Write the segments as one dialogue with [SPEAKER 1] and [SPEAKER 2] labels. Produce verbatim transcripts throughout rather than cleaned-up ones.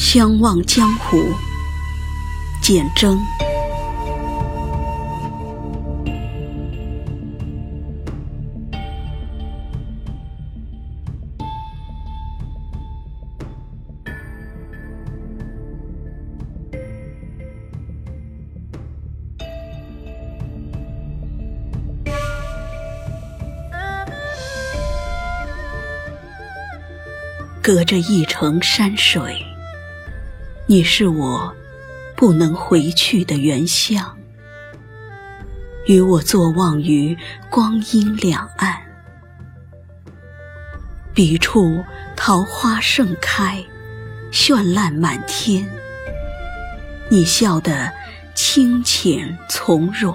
[SPEAKER 1] 相望江湖，简征。隔着一程山水，你是我不能回去的原乡，与我坐望于光阴两岸。彼处桃花盛开，绚烂满天，你笑得清浅从容，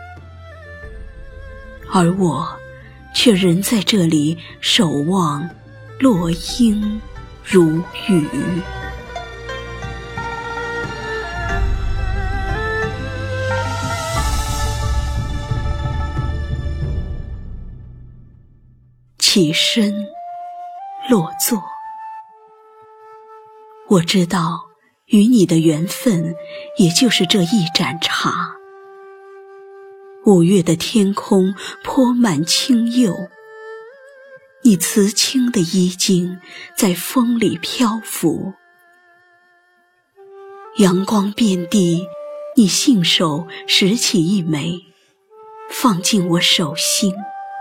[SPEAKER 1] 而我却仍在这里守望落英如雨。起身落座，我知道与你的缘分也就是这一盏茶。五月的天空泼满青釉，你瓷青的衣襟在风里漂浮，阳光遍地，你信手拾起一枚，放进我手心。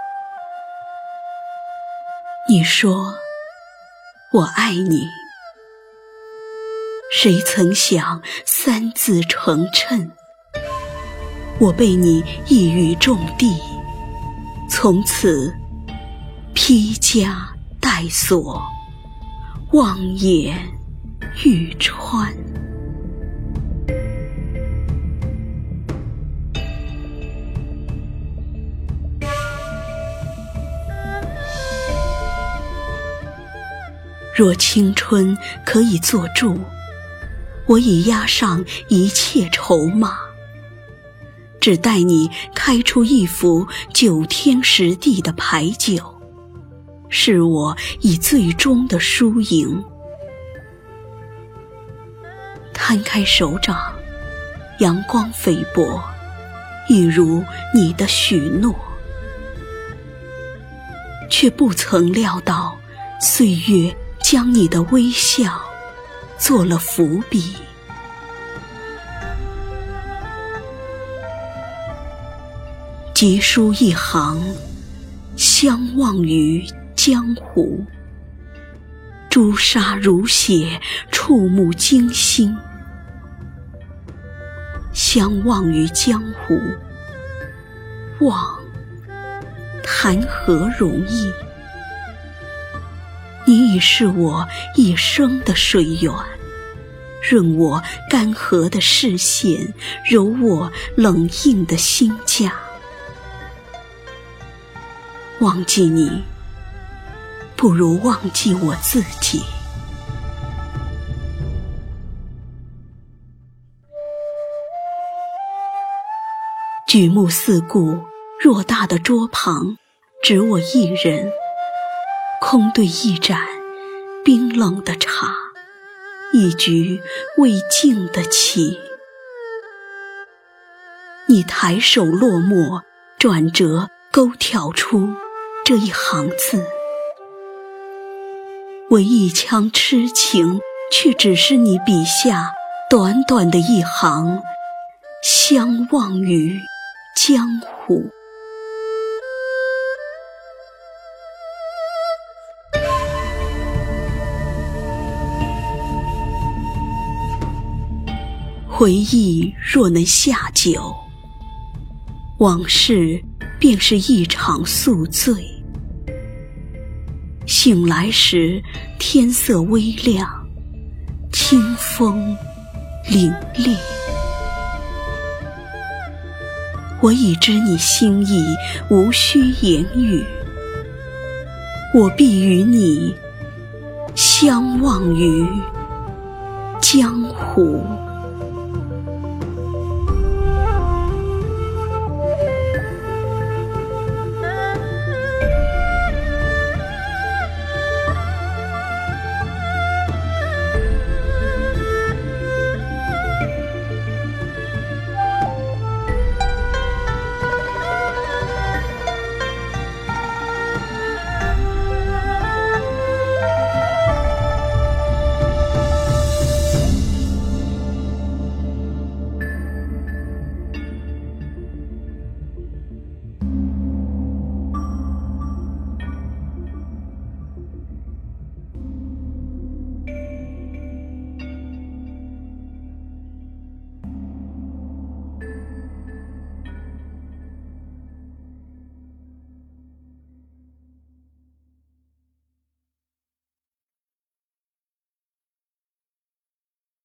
[SPEAKER 1] 你说我爱你，谁曾想三字成谶，我被你一语中的，从此披枷带锁，望眼欲穿。若青春可以做注，我已押上一切筹码，只待你开出一幅九天十地的牌九，是我以最终的输赢。摊开手掌，阳光菲薄，一如你的许诺，却不曾料到岁月将你的微笑做了伏笔。急书一行，相望于江湖，朱砂如血，触目惊心。相望于江湖，望谈何容易？你已是我一生的水源，润我干涸的视线，柔我冷硬的心架。忘记你，不如忘记我自己。举目四顾，偌大的桌旁，只我一人，空对一盏冰冷的茶，一局未尽的棋。你抬手落墨，转折勾挑出这一行字，为一腔痴情，却只是你笔下短短的一行，相望于江湖。回忆若能下酒，往事便是一场宿醉。醒来时，天色微亮，清风凛冽。我已知你心意，无需言语，我必与你相望于江湖。